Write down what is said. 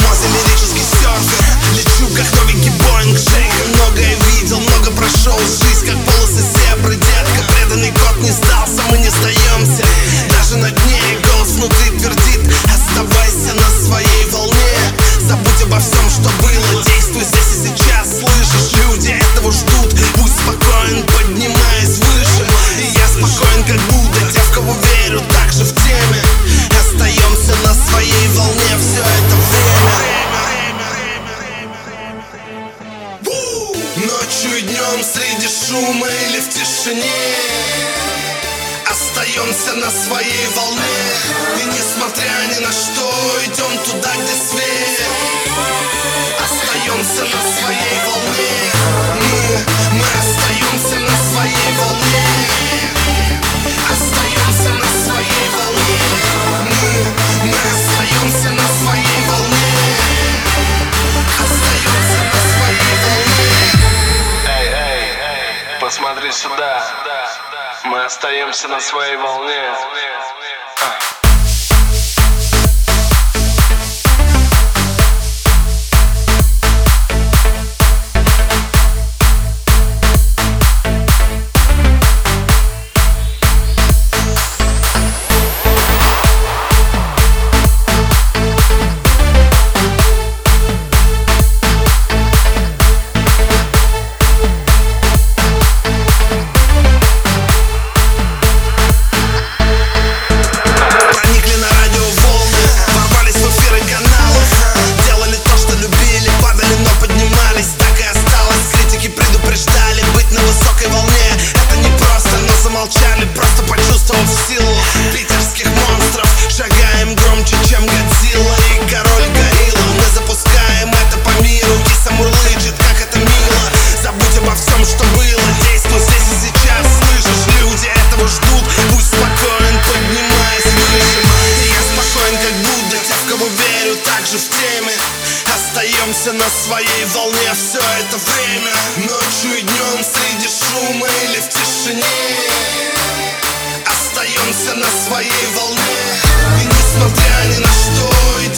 мозг, лирический серфер. Лечу как новенький Боинг Джейк. Многое видел, много прошел. Жизнь как полосы зебры, детка. Преданный кот не сдался, мы не сдаемся. Даже на дне голос внутри твердит: оставайся на своей волне. Забудь обо всем, что было, действуй здесь и сейчас. Слышишь, люди этого ждут. Будь спокоен, поднимаясь выше. И я спокоен, как Будда. Те, в кого верю, также в теме. Остаемся на своей волне все это время. Ночью и днем, среди шума или в тишине, остаемся на своей волне. И несмотря ни на что, идем туда, где свет. Остаемся на своей волне. Мы остаемся на своей волне. Остаемся на своей волне. Мы остаемся на своей волне. Остаемся на своей волне. Эй, посмотри сюда. Мы остаемся на своей волне. Просто почувствовав силу питерских монстров, шагаем громче, чем Годзилла и король горилла. Мы запускаем это по миру, киса мурлычет, как это мило. Забудь обо всем, что было, действуй здесь и сейчас. Слышишь, люди этого ждут. Будь спокоен, поднимаясь выше. И я спокоен, как Будда. Те, в кого верю, также в теме. Остаемся на своей волне все это время. Ночью и днем, среди шума или в тишине, остаемся на своей волне. И несмотря ни на что,